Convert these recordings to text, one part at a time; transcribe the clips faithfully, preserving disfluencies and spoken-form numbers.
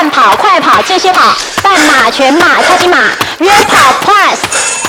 慢跑、快跑、间歇跑、半马、全马、超级马、约跑 Plus。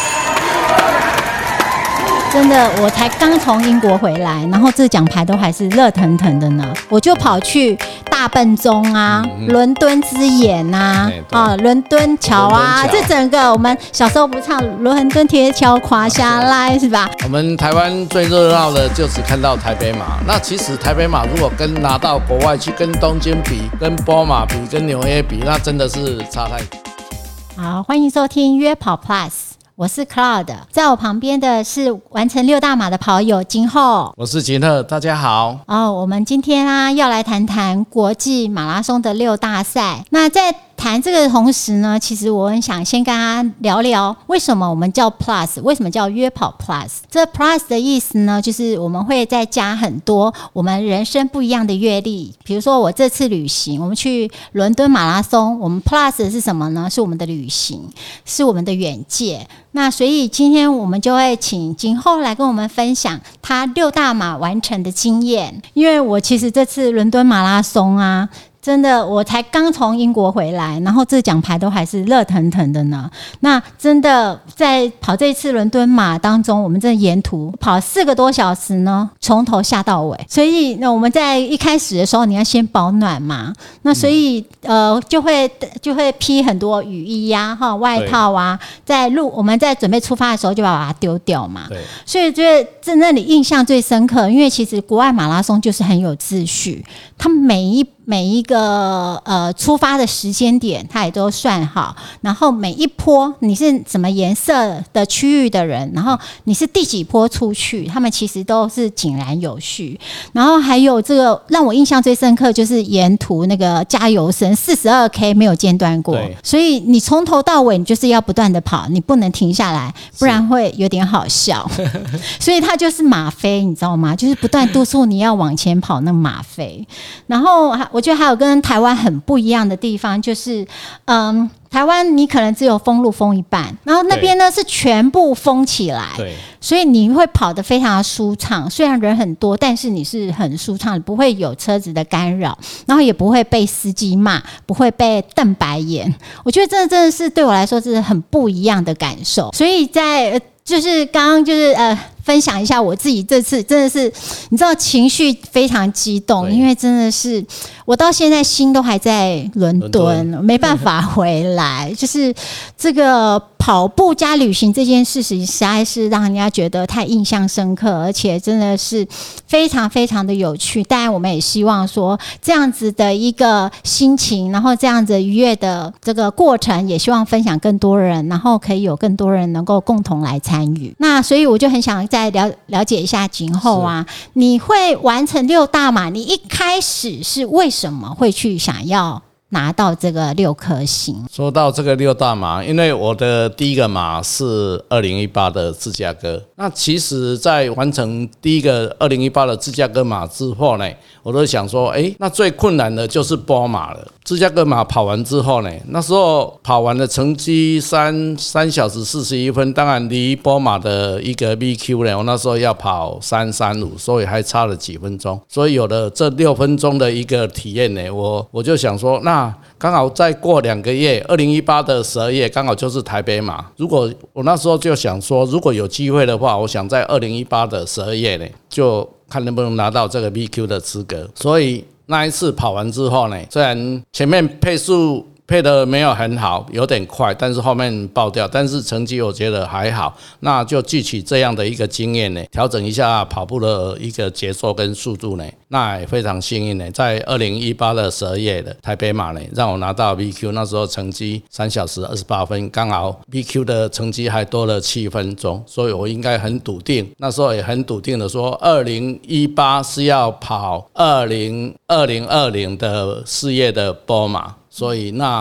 真的，我才刚从英国回来，然后这奖牌都还是热腾腾的呢。我就跑去大笨钟啊、嗯、伦敦之眼啊、啊伦敦桥啊，这整个我们小时候不唱伦敦铁桥垮下来是吧？ 我们台湾最热闹的就只看到台北马。那其实台北马如果跟拿到国外去，跟东京比、跟波马比、跟纽约比，那真的是差太多。 好，欢迎收听约跑 Plus。我是 Cloud， 在我旁边的是完成六大马的跑友金厚， 我是吉特，大家好。 哦，我们今天啊要来谈谈国际马拉松的六大赛。那在谈这个的同时呢，其实我很想先跟大家聊聊为什么我们叫 Plus， 为什么叫约跑 Plus。这 Plus 的意思呢，就是我们会再加很多我们人生不一样的阅历。比如说我这次旅行，我们去伦敦马拉松，我们 Plus 的是什么呢？是我们的旅行，是我们的远见。那所以今天我们就会请景厚来跟我们分享他六大马完成的经验。因为我其实这次伦敦马拉松啊，真的我才刚从英国回来，然后这奖牌都还是热腾腾的呢。那真的在跑这一次伦敦马当中，我们真的沿途跑四个多小时呢，从头下到尾。所以那我们在一开始的时候，你要先保暖嘛，那所以、嗯、呃就会就会披很多雨衣呀、啊、外套啊，在路我们在准备出发的时候就把它丢掉嘛。对，所以觉得在那里印象最深刻，因为其实国外马拉松就是很有秩序，他们每一每一个呃出发的时间点，它也都算好。然后每一波你是什么颜色的区域的人，然后你是第几波出去，他们其实都是井然有序。然后还有这个让我印象最深刻，就是沿途那个加油声，四十二 K 没有间断过，所以你从头到尾你就是要不断的跑，你不能停下来，不然会有点好笑。所以它就是吗啡，你知道吗？就是不断督促你要往前跑那吗啡。然后我觉得还有跟台湾很不一样的地方，就是嗯，台湾你可能只有封路封一半，然后那边呢是全部封起来，对，所以你会跑得非常的舒畅。虽然人很多，但是你是很舒畅，不会有车子的干扰，然后也不会被司机骂，不会被瞪白眼。我觉得这真的是对我来说是很不一样的感受。所以在、呃、就是刚刚就是呃。分享一下我自己这次真的是你知道情绪非常激动，因为真的是我到现在心都还在伦敦，没办法回来。就是这个跑步加旅行这件事实在是让人家觉得太印象深刻，而且真的是非常非常的有趣。当然我们也希望说这样子的一个心情，然后这样子愉悦的这个过程也希望分享更多人，然后可以有更多人能够共同来参与。那所以我就很想在再 了, 了解一下景厚啊，你会完成六大马，你一开始是为什么会去想要拿到这个六颗星？ 说到这个六大马，因为我的第一个马是二零一八的芝加哥。那其实在完成第一个二零一八的芝加哥马之后呢，我都想说哎，那最困难的就是波马了。芝加哥马跑完之后呢，那时候跑完的成绩三三小时四十一分，当然离波马的一个 V Q 呢，我那时候要跑三三五，所以还差了几分钟。所以有了这六分钟的一个体验呢，我我就想说，那刚好再过两个月，二零一八的十二月刚好就是台北马。如果我那时候就想说，如果有机会的话，我想在二零一八的十二月呢，就看能不能拿到这个 V Q 的资格。所以那一次跑完之后呢，虽然前面配速配得没有很好，有点快，但是后面爆掉，但是成绩我觉得还好。那就汲取这样的一个经验呢，调整一下跑步的一个节奏跟速度呢，那也非常幸运呢，在二零一八的十二月的台北马呢，让我拿到 V Q， 那时候成绩三小时二十八分，刚好 V Q 的成绩还多了七分钟，所以我应该很笃定，那时候也很笃定的说，二零一八是要跑二零二零二零的四月的波马。所以那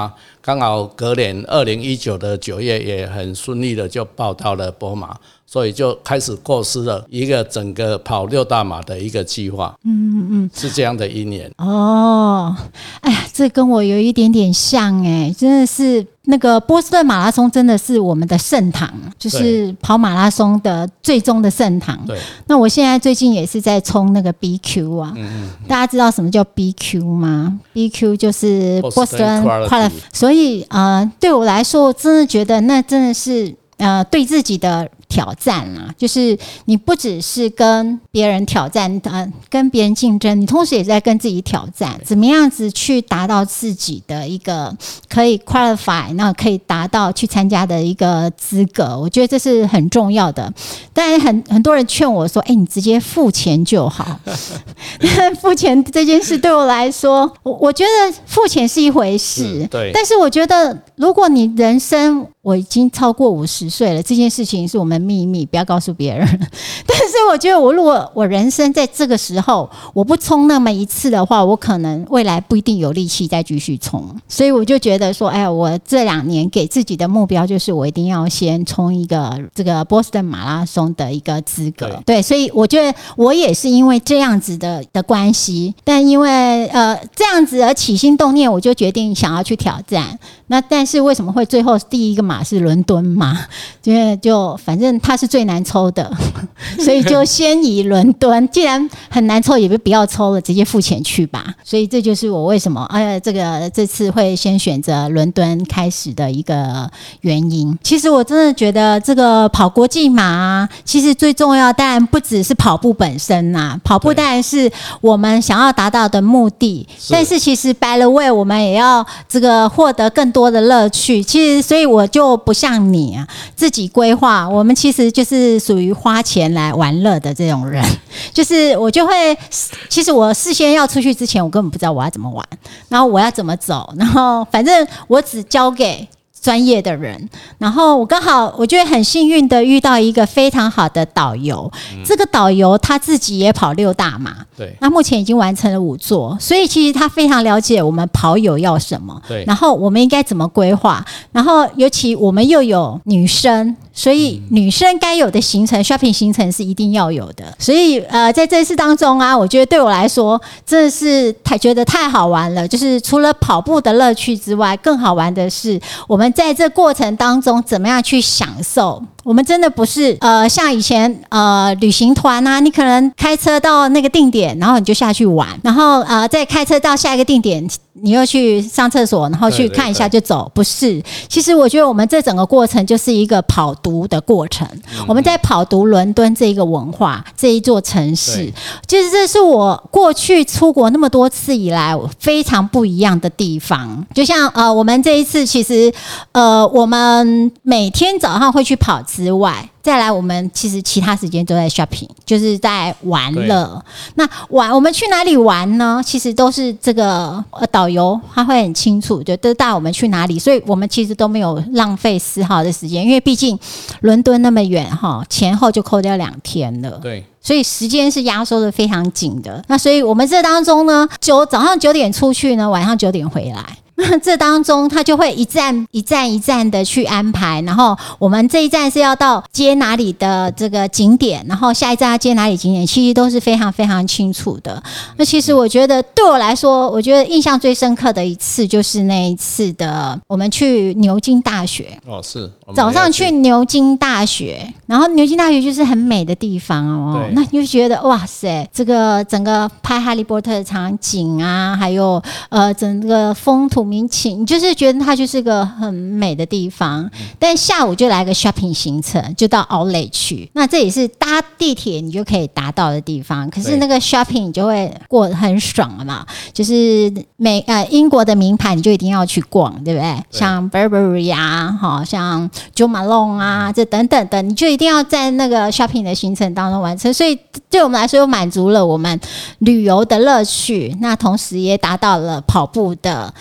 刚好隔年二零一九的九月也很顺利的就报到了波马，所以就开始构思了一个整个跑六大马的一个计划。嗯嗯，是这样的因缘。 哦，哎呀，这跟我有一点点像哎，真的是。那个波士顿马拉松真的是我们的圣堂，就是跑马拉松的最终的圣堂。对，那我现在最近也是在冲那个 B Q 啊，嗯嗯大家知道什么叫 B Q 吗 ？B Q 就是波士顿 Qualify， 所以呃，对我来说，我真的觉得那真的是呃对自己的挑战啊，就是你不只是跟别人挑战，呃，跟别人竞争，你同时也在跟自己挑战，怎么样子去达到自己的一个可以 qualify， 那可以达到去参加的一个资格，我觉得这是很重要的。当然很很多人劝我说，哎、欸，你直接付钱就好。付钱这件事对我来说，我我觉得付钱是一回事，嗯、对，但是我觉得如果你人生我已经超过五十岁了，这件事情是我们秘密，不要告诉别人。但是我觉得，我如果我人生在这个时候我不冲那么一次的话，我可能未来不一定有力气再继续冲。所以我就觉得说，哎呀，我这两年给自己的目标就是，我一定要先冲一个这个波士顿马拉松的一个资格。对，对，所以我觉得我也是因为这样子的的关系，但因为呃这样子而起心动念，我就决定想要去挑战。那但是为什么会最后第一个马是伦敦马？因为就反正它是最难抽的，所以就先以伦敦。既然很难抽，也不要抽了，直接付钱去吧。所以这就是我为什么哎这个这次会先选择伦敦开始的一个原因。其实我真的觉得这个跑国际马、啊，其实最重要当然不只是跑步本身呐、啊，跑步当然是我们想要达到的目的，但是其实 by the way 我们也要这个获得更多的乐趣。其实所以我就不像你啊，自己规划，我们其实就是属于花钱来玩乐的这种人。就是我就会，其实我事先要出去之前，我根本不知道我要怎么玩，然后我要怎么走，然后反正我只交给专业的人，然后我刚好我觉得很幸运的遇到一个非常好的导游、嗯、这个导游他自己也跑六大马，对，那目前已经完成了五座，所以其实他非常了解我们跑友要什么，对，然后我们应该怎么规划，然后尤其我们又有女生，所以女生该有的行程 shopping 行程是一定要有的，所以呃在这次当中啊，我觉得对我来说真的是太觉得太好玩了，就是除了跑步的乐趣之外，更好玩的是我们在这过程当中怎么样去享受。我们真的不是呃像以前呃旅行团啊，你可能开车到那个定点，然后你就下去玩，然后呃再开车到下一个定点，你又去上厕所，然后去看一下就走。不是，其实我觉得我们这整个过程就是一个跑读的过程。嗯、我们在跑读伦敦这一个文化，这一座城市，其实这是我过去出国那么多次以来非常不一样的地方。就像呃我们这一次，其实呃我们每天早上会去跑之外，再来我们其实其他时间都在 shopping， 就是在玩乐。那玩我们去哪里玩呢？其实都是这个呃导游他会很清楚，就都带我们去哪里，所以我们其实都没有浪费丝毫的时间，因为毕竟伦敦那么远哈，前后就扣掉两天了。对。所以时间是压缩的非常紧的。那所以我们这当中呢，九早上九点出去呢，晚上九点回来。那这当中他就会一站一站一站的去安排，然后我们这一站是要到接哪里的这个景点，然后下一站要接哪里景点，其实都是非常非常清楚的。那其实我觉得对我来说，我觉得印象最深刻的一次就是那一次的我们去牛津大学。哦，是早上去牛津大学，然后牛津大学就是很美的地方哦。那你就觉得哇塞，这个整个拍哈利波特的场景啊，还有呃整个风土民情，你就是觉得它就是个很美的地方。但下午就来个 shopping 行程，就到 Outlet 去。那这也是搭地铁你就可以达到的地方。可是那个 shopping 你就会过得很爽了嘛，就是美呃英国的名牌你就一定要去逛，对不对？对，像 Burberry 啊，好像 Jo Malone 啊，这等等的，你就一定要在那个 shopping 的行程当中完成。所以对我们来说，又满足了我们旅游的乐趣，那同时也达到了跑步的这个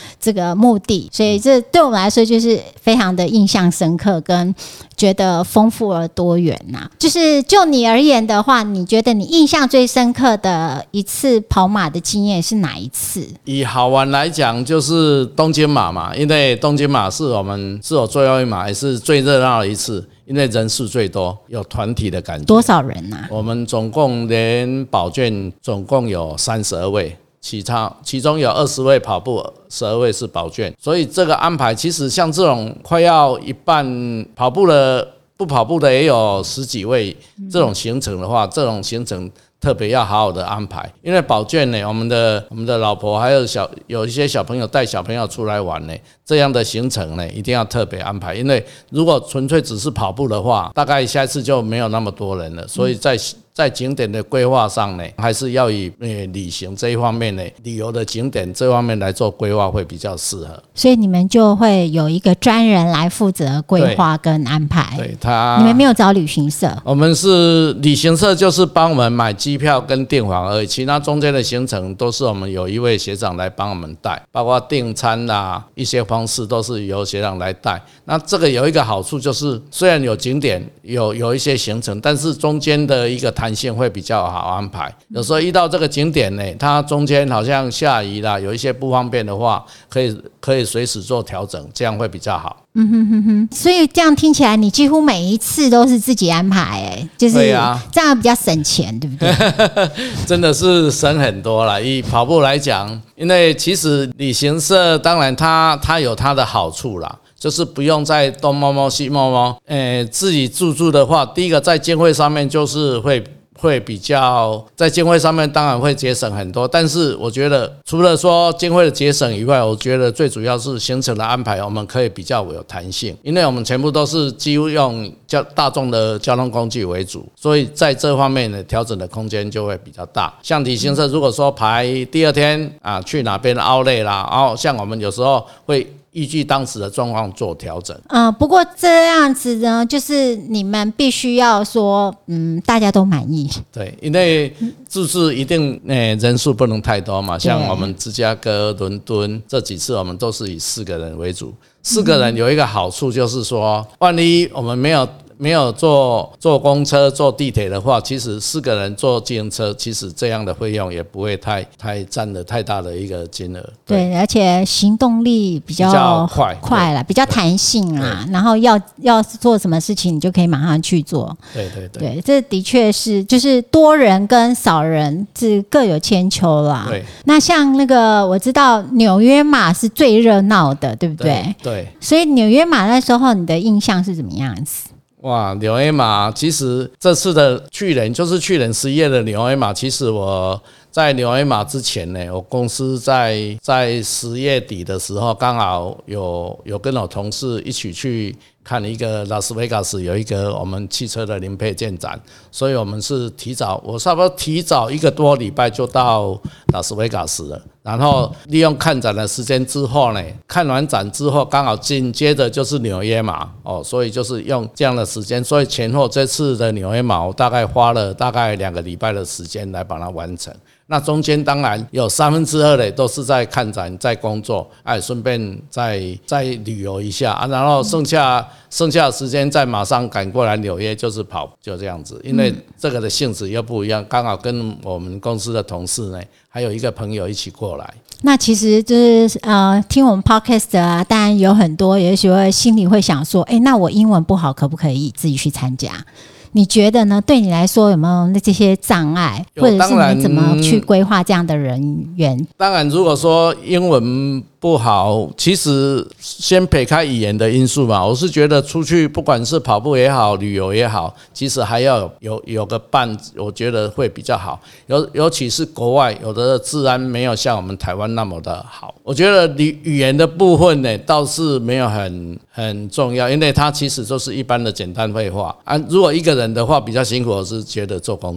的目的，所以这对我们来说就是非常的印象深刻，跟觉得丰富而多元呐、啊。就是就你而言的话，你觉得你印象最深刻的一次跑马的经验是哪一次？ 以好玩来讲，就是东京马嘛，因为东京马是我们是我最后一马，也是最热闹的一次。因为人数最多，有团体的感觉。 多少人啊？ 我们总共连保卷总共有三十二位，其他其中有二十位跑步，十二位是保卷。所以这个安排，其实像这种快要一半跑步的，不跑步的也有十几位。这种行程的话，这种行程特别要好好的安排，因为保卷呢，我们的我们的老婆还有小有一些小朋友带小朋友出来玩呢，这样的行程呢一定要特别安排，因为如果纯粹只是跑步的话，大概下一次就没有那么多人了，所以在在景点的规划上呢，还是要以旅行这一方面呢，旅游的景点这方面来做规划会比较适合。 所以你们就会有一个专人来负责规划跟安排。 对他， 你们没有找旅行社？ 我们是旅行社，就是帮我们买机票跟订房而已，其他中间的行程都是我们有一位学长来帮我们带，包括订餐啦，一些方式都是由学长来带。那这个有一个好处就是，虽然有景点有有一些行程，但是中间的一个弹性会比较好安排。有时候遇到这个景点呢，它中间好像下雨啦，有一些不方便的话，可以可以随时做调整，这样会比较好。 嗯哼哼哼，所以这样听起来，你几乎每一次都是自己安排、欸，哎，就是这样比较省钱，对不对？ 真的是省很多啦。以跑步来讲，因为其实旅行社当然它它有它的好处啦。就是不用再东摸摸西摸摸，诶，自己自助的话，第一个在经费上面就是会会比较，在经费上面当然会节省很多，但是我觉得除了说经费的节省以外，我觉得最主要是行程的安排，我们可以比较有弹性，因为我们全部都是几乎用交大众的交通工具为主，所以在这方面的调整的空间就会比较大。像旅行社如果说排第二天啊去哪边outlet啦，然后像我们有时候会依据当时的状况做调整。 嗯，不过这样子呢，就是你们必须要说，嗯，大家都满意。 对，因为自助一定诶、欸、人数不能太多嘛，像我们芝加哥、伦敦这几次，我们都是以四个人为主。四个人有一个好处就是说，万一我们没有。没有坐坐公车、坐地铁的话，其实四个人坐自行车，其实这样的费用也不会太太占了太大的一个金额。 对，对而且行动力比较, 比较快快啦，比较弹性啦。然后要要做什么事情，你就可以马上去做。 对对 对, 对，这的确是就是多人跟少人是各有千秋啦。 对， 那像那个我知道纽约马是最热闹的，对不对？ 对。对所以纽约马那时候你的印象是怎么样子？ 哇，纽约马其实这次的去年就是去年十一月的纽约马，其实我在纽约马之前呢，我公司在在十月底的时候，刚好有有跟我同事一起去看一个拉斯维加斯有一个我们汽车的零配件展，所以我们是提早，我差不多提早一个多礼拜就到拉斯维加斯了。然后利用看展的时间之后呢，看完展之后刚好紧接着就是纽约马哦，所以就是用这样的时间，所以前后这次的纽约马我大概花了大概两个礼拜的时间来把它完成。那中间当然有三分之二的都是在看展、在工作，哎，顺便再再旅游一下啊，然后剩下剩下的时间再马上赶过来纽约，就是跑，就这样子。因为这个的性质又不一样，刚好跟我们公司的同事呢，还有一个朋友一起过来。 那其实就是呃，听我们 podcast 啊，当然有很多，也许会心里会想说，哎，那我英文不好，可不可以自己去参加？你觉得呢？对你来说有没有那这些障碍，或者是你们怎么去规划这样的人员？ 当然，如果说英文不好，其实先撇开语言的因素嘛，我是觉得出去不管是跑步也好，旅游也好，其实还要有有有个伴，我觉得会比较好。尤尤其是国外，有的治安没有像我们台湾那么的好。我觉得语语言的部分呢，倒是没有很很重要，因为它其实都是一般的简单绘画啊。如果一个人的话比较辛苦，我是觉得坐公车。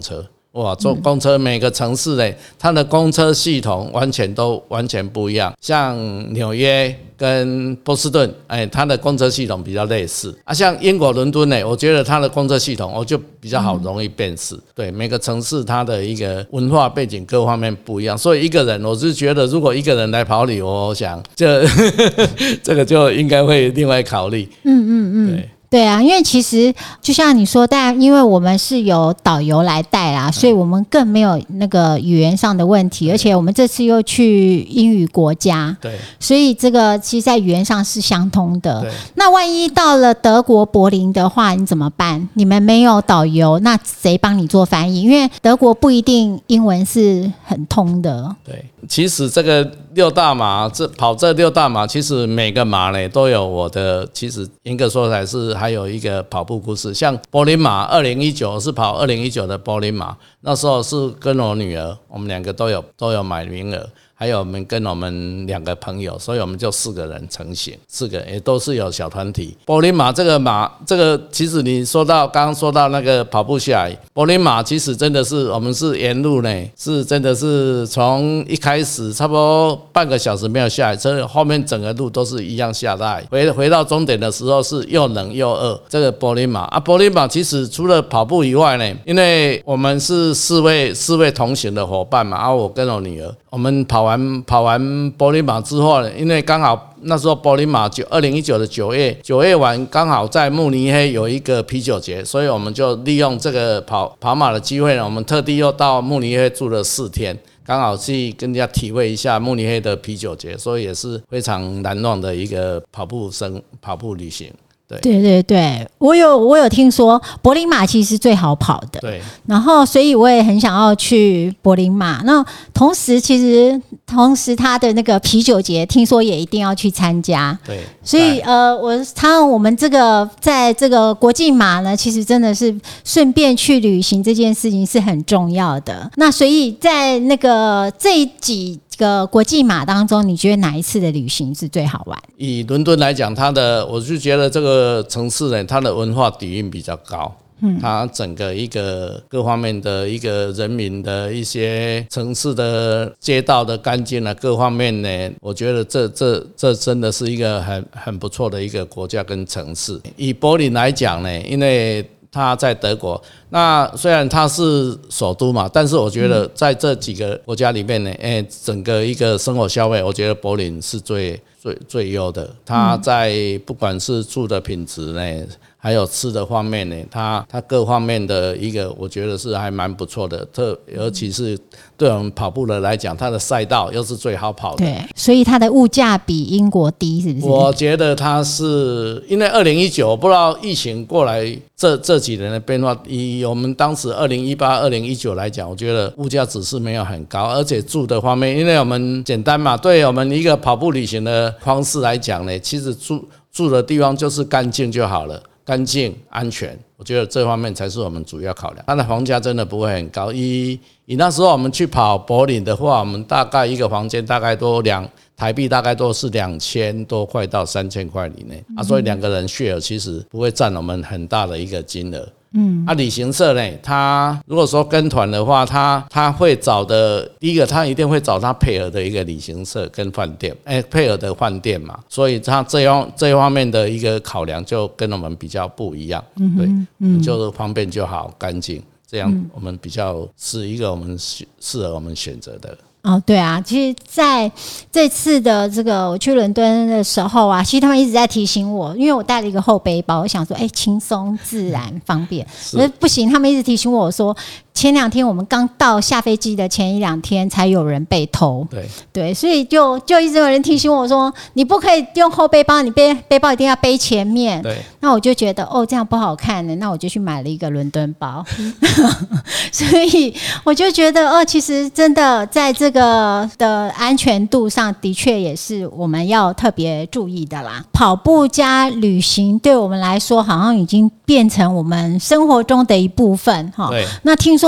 哇，坐公车每个城市呢，它的公车系统完全都完全不一样。像纽约跟波士顿，哎，它的公车系统比较类似啊。像英国伦敦呢，我觉得它的公车系统我就比较好容易辨识。对，每个城市它的一个文化背景各方面不一样，所以一个人我是觉得，如果一个人来跑旅，我想这这个就应该会另外考虑。 嗯嗯嗯，对。对啊，因为其实就像你说，但因为我们是由导游来带啦，所以我们更没有那个语言上的问题，而且我们这次又去英语国家，对，所以这个其实在语言上是相通的。那万一到了德国柏林的话，你怎么办？你们没有导游，那谁帮你做翻译？因为德国不一定英文是很通的。对， 其实这个六大马，这跑这六大马，其实每个马呢都有我的，其实严格说来是还有一个跑步故事。像柏林马二零一九是跑二零一九的柏林马，那时候是跟我女儿，我们两个都有都有买名额。还有我们跟我们两个朋友，所以我们就四个人成行，四个也都是有小团体。柏林马这个马，这个其实你说到刚刚说到那个跑步下来，柏林马其实真的是我们是沿路呢，是真的是从一开始差不多半个小时没有下来，这后面整个路都是一样下来，回回到终点的时候是又冷又饿。这个柏林马啊，柏林马其实除了跑步以外呢，因为我们是四位四位同行的伙伴嘛，啊，我跟我女儿，我们跑完。跑完柏林马之后，因为刚好那时候柏林马九二零一九的九月九月晚刚好在慕尼黑有一个啤酒节，所以我们就利用这个跑跑马的机会呢，我们特地又到慕尼黑住了四天，刚好去跟人家体会一下慕尼黑的啤酒节，所以也是非常难忘的一个跑步生跑步旅行。对对对对，我有我有听说柏林马其实是最好跑的，对，然后所以我也很想要去柏林马。那同时其实同时他的那个啤酒节，听说也一定要去参加，对，所以呃，我他我们这个在这个国际马呢，其实真的是顺便去旅行这件事情是很重要的。那所以在那个这几个国际马当中，你觉得哪一次的旅行是最好玩？ 以伦敦来讲，它的我就觉得这个城市呢，它的文化底蕴比较高。嗯，它整个一个各方面的一个人民的一些城市的街道的干净啊，各方面呢，我觉得这这这真的是一个很很不错的一个国家跟城市。以柏林来讲呢，因为它在德国，那虽然它是首都嘛，但是我觉得在这几个国家里面呢，哎，整个一个生活消费，我觉得柏林是最最最优的。它在不管是住的品质呢，还有吃的方面呢，它它各方面的一个，我觉得是还蛮不错的。特尤其是对我们跑步的来讲，它的赛道又是最好跑的。 对，所以它的物价比英国低，是不是？ 我觉得它是因为二零一九，不知道疫情过来这这几年的变化，以我们当时二零一八、二零一九来讲，我觉得物价指数没有很高，而且住的方面，因为我们简单嘛，对我们一个跑步旅行的方式来讲呢，其实住住的地方就是干净就好了。干净、安全，我觉得这方面才是我们主要考量。它的房价真的不会很高。以以那时候我们去跑柏林的话，我们大概一个房间大概都两台币，大概都是两千多块到三千块以内啊，所以两个人 share 其实不会占我们很大的一个金额。嗯，啊，旅行社呢，他如果说跟团的话，他他会找的第一个，他一定会找他配合的一个旅行社跟饭店，哎，配合的饭店嘛，所以他这样这方面的一个考量就跟我们比较不一样，嗯、对，嗯，就是方便就好，干净，这样我们比较是一个我们适合我们选择的。 哦，对啊，其实在这次的这个我去伦敦的时候啊，其实他们一直在提醒我，因为我带了一个后背包，我想说，哎，轻松、自然、方便。可是不行，他们一直提醒我说，前两天我们刚到下飞机的前一两天才有人被偷，对对，所以就就一直有人提醒我说，你不可以用后背包，你背背包一定要背前面。对，那我就觉得哦，这样不好看呢，那我就去买了一个伦敦包。所以我就觉得哦，其实真的在这个的安全度上的确也是我们要特别注意的啦。跑步加旅行对我们来说好像已经变成我们生活中的一部分哈。那听说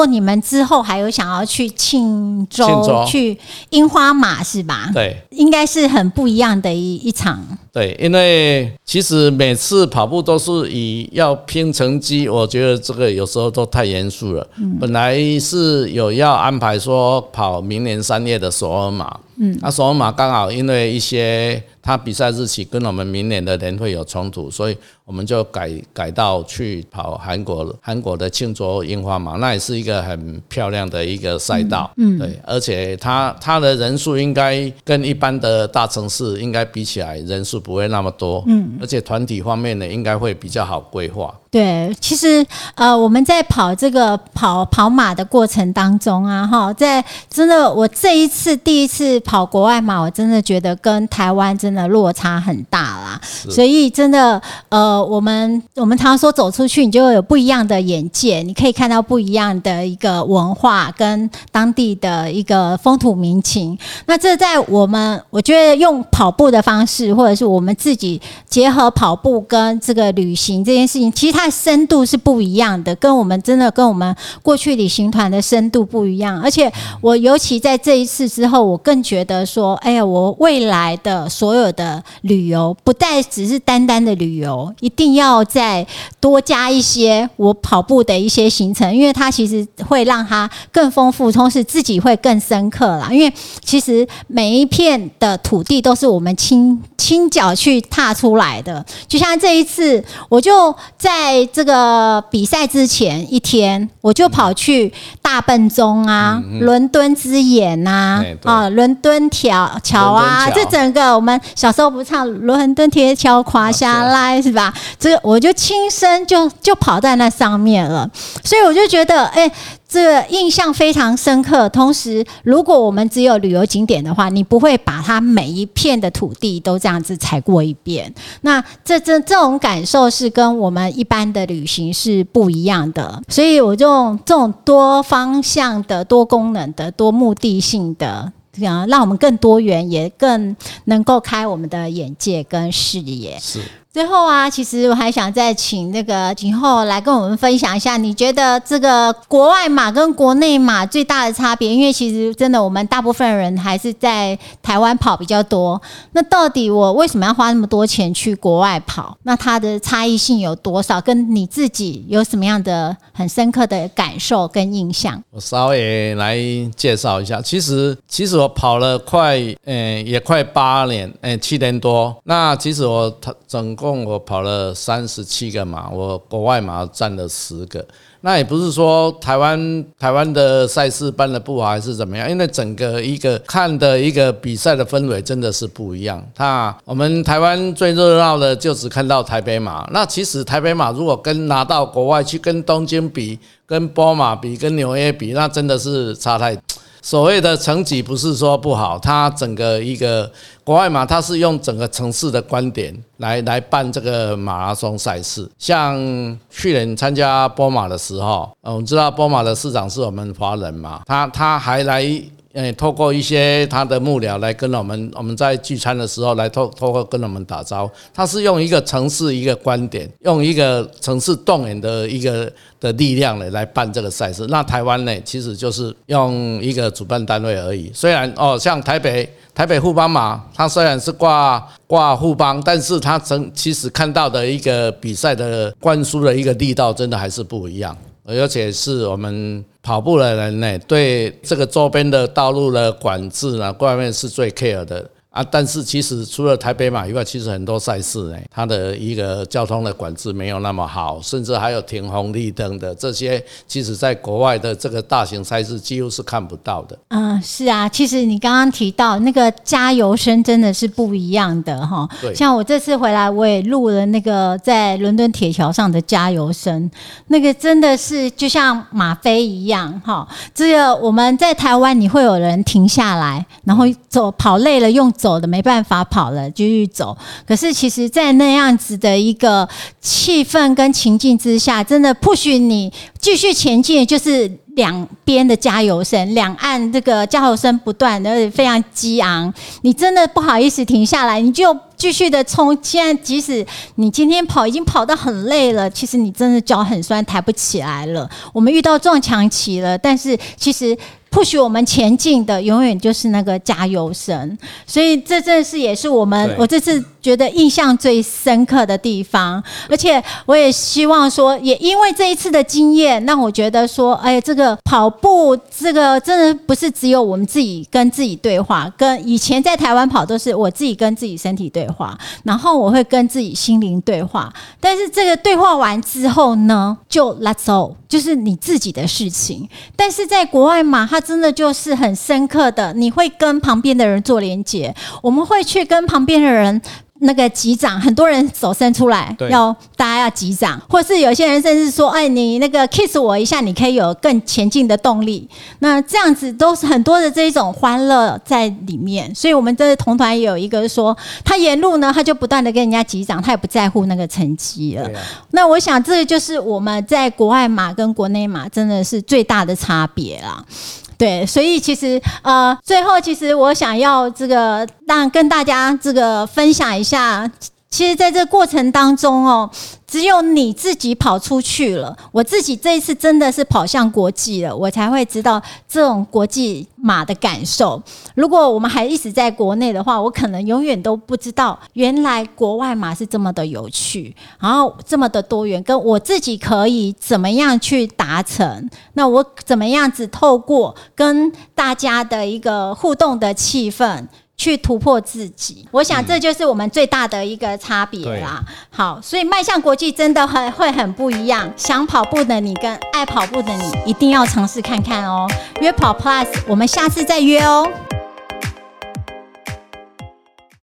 说你们之后还有想要去庆州， 庆州去樱花马是吧？ 对， 应该是很不一样的一一场。 对，因为其实每次跑步都是以要拼成绩，我觉得这个有时候都太严肃了。嗯、本来是有要安排说跑明年三月的首尔马，嗯，那首尔马刚好因为一些他比赛日期跟我们明年的年会有冲突，所以我们就改改到去跑韩国韩国的庆州樱花马，那也是一个很漂亮的一个赛道，嗯，对，而且它它的人数应该跟一般的大城市应该比起来人数不会那么多，嗯，而且团体方面呢应该会比较好规划。 对，其实呃，我们在跑这个跑跑马的过程当中啊，哈，在真的我这一次第一次跑国外马，我真的觉得跟台湾真的落差很大啦。所以真的呃，我们我们常常说走出去，你就会有不一样的眼界，你可以看到不一样的一个文化跟当地的一个风土民情。那这在我们我觉得用跑步的方式，或者是我们自己结合跑步跟这个旅行这件事情，其实它它的深度是不一样的，跟我们真的跟我们过去旅行团的深度不一样。而且我尤其在这一次之后，我更觉得说，哎呀，我未来的所有的旅游不再只是单单的旅游，一定要再多加一些我跑步的一些行程，因为它其实会让它更丰富，同时自己会更深刻啦。因为其实每一片的土地都是我们亲亲脚去踏出来的，就像这一次，我就在在这个比赛之前一天，我就跑去大笨钟啊、嗯嗯、伦敦之眼啊、啊伦敦桥桥啊，这整个我们小时候不唱伦敦铁桥垮下来是吧？这个我就亲身就就跑在那上面了，所以我就觉得，哎、欸。这个印象非常深刻。同时，如果我们只有旅游景点的话，你不会把它每一片的土地都这样子踩过一遍。那这这这种感受是跟我们一般的旅行是不一样的。所以我就这种多方向的、多功能的、多目的性的，让我们更多元，也更能够开我们的眼界跟视野。 是。 最后啊，其实我还想再请那个景厚来跟我们分享一下，你觉得这个国外马跟国内马最大的差别？因为其实真的我们大部分人还是在台湾跑比较多，那到底我为什么要花那么多钱去国外跑？那它的差异性有多少？跟你自己有什么样的很深刻的感受跟印象？ 我稍微来介绍一下。其实，其实我跑了快，呃，也快八年，呃，七年多。那其实我整共我跑了三十七个马，我国外马占了十个。那也不是说台湾台湾的赛事办得不好还是怎么样，因为整个一个看的一个比赛的氛围真的是不一样。那我们台湾最热闹的就只看到台北马，那其实台北马如果跟拿到国外去跟东京比、跟波马比、跟纽约比，那真的是差太。所谓的成绩不是说不好，它整个一个国外马，它是用整个城市的观点来来办这个马拉松赛事。像去年参加波马的时候，我们知道波马的市长是我们华人嘛，他他还来。诶，透过一些他的幕僚来跟我们，我们在聚餐的时候来透透过跟我们打招呼。他是用一个城市一个观点，用一个城市动员的一个的力量呢来办这个赛事。那台湾呢，其实就是用一个主办单位而已。虽然哦，像台北台北富邦马，它虽然是挂挂富邦，但是它整其实看到的一个比赛的灌输的一个力道，真的还是不一样。而且是我们跑步的人呢，对这个周边的道路的管制呢，各方面是最 care 的啊。但是其实除了台北马以外，其实很多赛事呢，它的一个交通的管制没有那么好，甚至还有停红绿灯的这些，其实在国外的这个大型赛事几乎是看不到的。 嗯，是啊，其实你刚刚提到那个加油声真的是不一样的哈。像我这次回来，我也录了那个在伦敦铁桥上的加油声，那个真的是就像吗啡一样哈。这个我们在台湾，你会有人停下来，然后走跑累了用走的没办法跑了继续走。可是其实，在那样子的一个气氛跟情境之下，真的不许你继续前进，就是两边的加油声，两岸这个加油声不断，而且非常激昂，你真的不好意思停下来，你就继续的冲。现在即使你今天跑已经跑得很累了，其实你真的脚很酸，抬不起来了。我们遇到撞墙期了，但是其实push我们前进的永远就是那个加油声，所以这真的是也是我们我这次觉得印象最深刻的地方。而且我也希望说，也因为这一次的经验，让我觉得说，哎，这个跑步这个真的不是只有我们自己跟自己对话，跟以前在台湾跑都是我自己跟自己身体对话，然后我会跟自己心灵对话。但是这个对话完之后呢，就 let's go， 就是你自己的事情。但是在国外嘛，它真的就是很深刻的，你会跟旁边的人做连结，我们会去跟旁边的人那个击掌，很多人手伸出来，要大家要击掌，或是有些人甚至说，哎，你那个 kiss 我一下，你可以有更前进的动力。那这样子都是很多的这一种欢乐在里面。所以我们这同团也有一个说，他沿路呢，他就不断的跟人家击掌，他也不在乎那个成绩了。啊、那我想这就是我们在国外马跟国内马真的是最大的差别啦。对，所以其实呃，最后其实我想要这个让跟大家这个分享一下，其实在这个过程当中哦，只有你自己跑出去了，我自己这一次真的是跑向国际了，我才会知道这种国际马的感受。如果我们还一直在国内的话，我可能永远都不知道原来国外马是这么的有趣，然后这么的多元，跟我自己可以怎么样去达成，那我怎么样子透过跟大家的一个互动的气氛去突破自己，我想这就是我们最大的一个差别啦。好，所以迈向国际真的很会很不一样。想跑步的你跟爱跑步的你，一定要尝试看看哦。约跑 Plus， 我们下次再约哦。